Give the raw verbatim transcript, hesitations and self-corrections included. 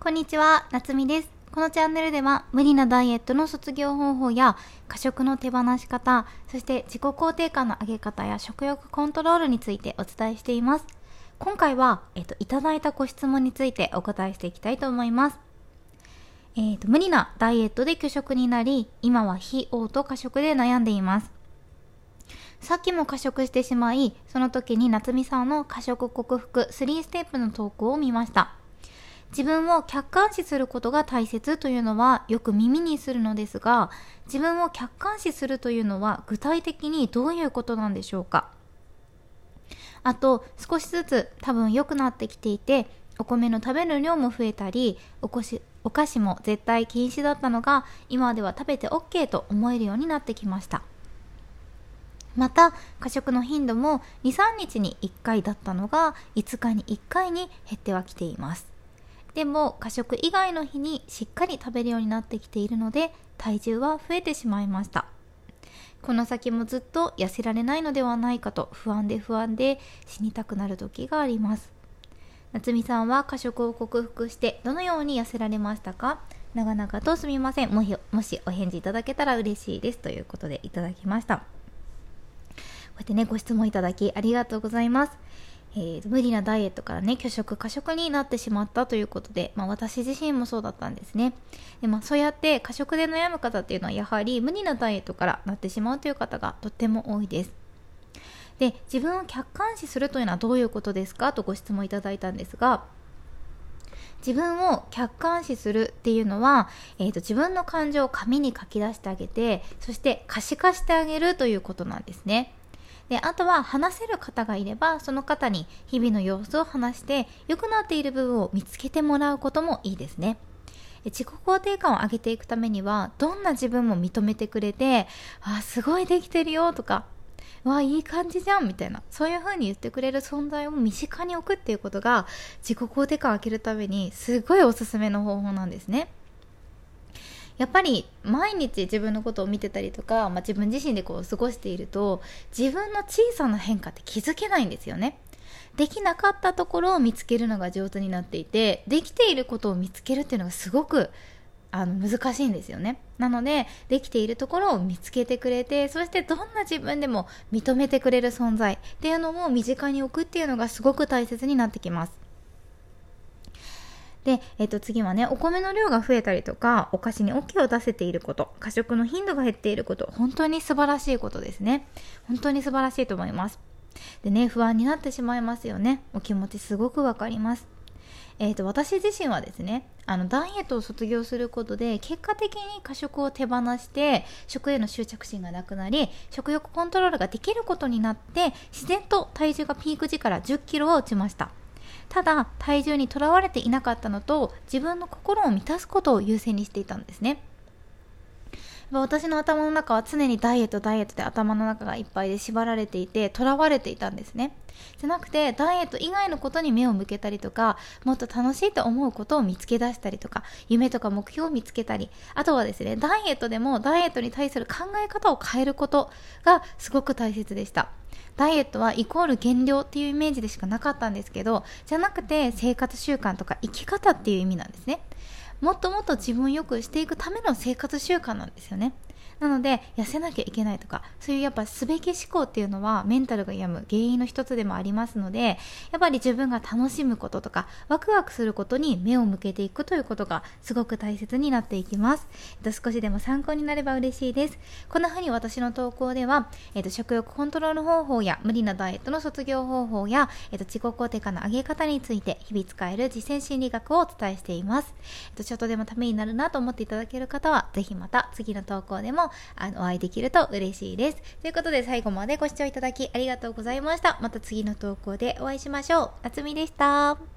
こんにちは、なつみです。このチャンネルでは無理なダイエットの卒業方法や過食の手放し方、そして自己肯定感の上げ方や食欲コントロールについてお伝えしています。今回は、えっと、いただいたご質問についてお答えしていきたいと思います。えっと、無理なダイエットで拒食になり、今は非嘔吐過食で悩んでいます。さっきも過食してしまい、その時に夏美さんの過食克服スリーステップの投稿を見ました。自分を客観視することが大切というのはよく耳にするのですが、自分を客観視するというのは具体的にどういうことなんでしょうか。あと少しずつ多分良くなってきていて、お米の食べる量も増えたり、おこしお菓子も絶対禁止だったのが今では食べて オーケー と思えるようになってきました。また過食の頻度もに、さんにちにいっかいだったのがいつかにいっかいに減ってはきています。でも過食以外の日にしっかり食べるようになってきているので、体重は増えてしまいました。この先もずっと痩せられないのではないかと不安で不安で死にたくなる時があります。夏美さんは過食を克服してどのように痩せられましたか？長々とすみません。もし、もしお返事いただけたら嬉しいですということでいただきました。こうやってね、ご質問いただきありがとうございます。えー、無理なダイエットからね、拒食過食になってしまったということで、まあ、私自身もそうだったんですね。で、まあ、そうやって過食で悩む方っていうのはやはり無理なダイエットからなってしまうという方がとっても多いです。で、自分を客観視するというのはどういうことですかとご質問いただいたんですが、自分を客観視するっていうのは、えーと、自分の感情を紙に書き出してあげて、そして可視化してあげるということなんですね。で、あとは話せる方がいれば、その方に日々の様子を話して良くなっている部分を見つけてもらうこともいいですね。自己肯定感を上げていくためには、どんな自分も認めてくれて、あ、すごいできてるよとか、わあ、いい感じじゃんみたいな、そういう風に言ってくれる存在を身近に置くっていうことが、自己肯定感を上げるためにすごいおすすめの方法なんですね。やっぱり毎日自分のことを見てたりとか、まあ、自分自身でこう過ごしていると、自分の小さな変化って気づけないんですよね。できなかったところを見つけるのが上手になっていて、できていることを見つけるっていうのがすごくあの難しいんですよね。なので、できているところを見つけてくれて、そしてどんな自分でも認めてくれる存在っていうのを身近に置くっていうのがすごく大切になってきます。で、えっと、次はね、お米の量が増えたりとか、お菓子に オーケー を出せていること、過食の頻度が減っていること、本当に素晴らしいことですね。本当に素晴らしいと思います。でね、不安になってしまいますよね。お気持ちすごくわかります。えっと、私自身はですね、あのダイエットを卒業することで結果的に過食を手放して食への執着心がなくなり、食欲コントロールができることになって、自然と体重がピーク時からじゅっキロは落ちました。ただ体重にとらわれていなかったのと、自分の心を満たすことを優先にしていたんですね。私の頭の中は常にダイエットダイエットで頭の中がいっぱいで縛られていて、とらわれていたんですね。じゃなくて、ダイエット以外のことに目を向けたりとか、もっと楽しいと思うことを見つけ出したりとか、夢とか目標を見つけたり、あとはですね、ダイエットでもダイエットに対する考え方を変えることがすごく大切でした。ダイエットはイコール減量っていうイメージでしかなかったんですけど、じゃなくて生活習慣とか生き方っていう意味なんですね。もっともっと自分を良くしていくための生活習慣なんですよね。なので、痩せなきゃいけないとか、そういうやっぱすべき思考っていうのはメンタルが病む原因の一つでもありますので、やっぱり自分が楽しむこととかワクワクすることに目を向けていくということがすごく大切になっていきます。えっと、少しでも参考になれば嬉しいです。こんな風に私の投稿では、えっと、食欲コントロール方法や無理なダイエットの卒業方法や、えっと、自己肯定感の上げ方について日々使える実践心理学をお伝えしています。えっと、ちょっとでもためになるなと思っていただける方は、ぜひまた次の投稿でもあのお会いできると嬉しいです。ということで、最後までご視聴いただきありがとうございました。また次の投稿でお会いしましょう。なつみでした。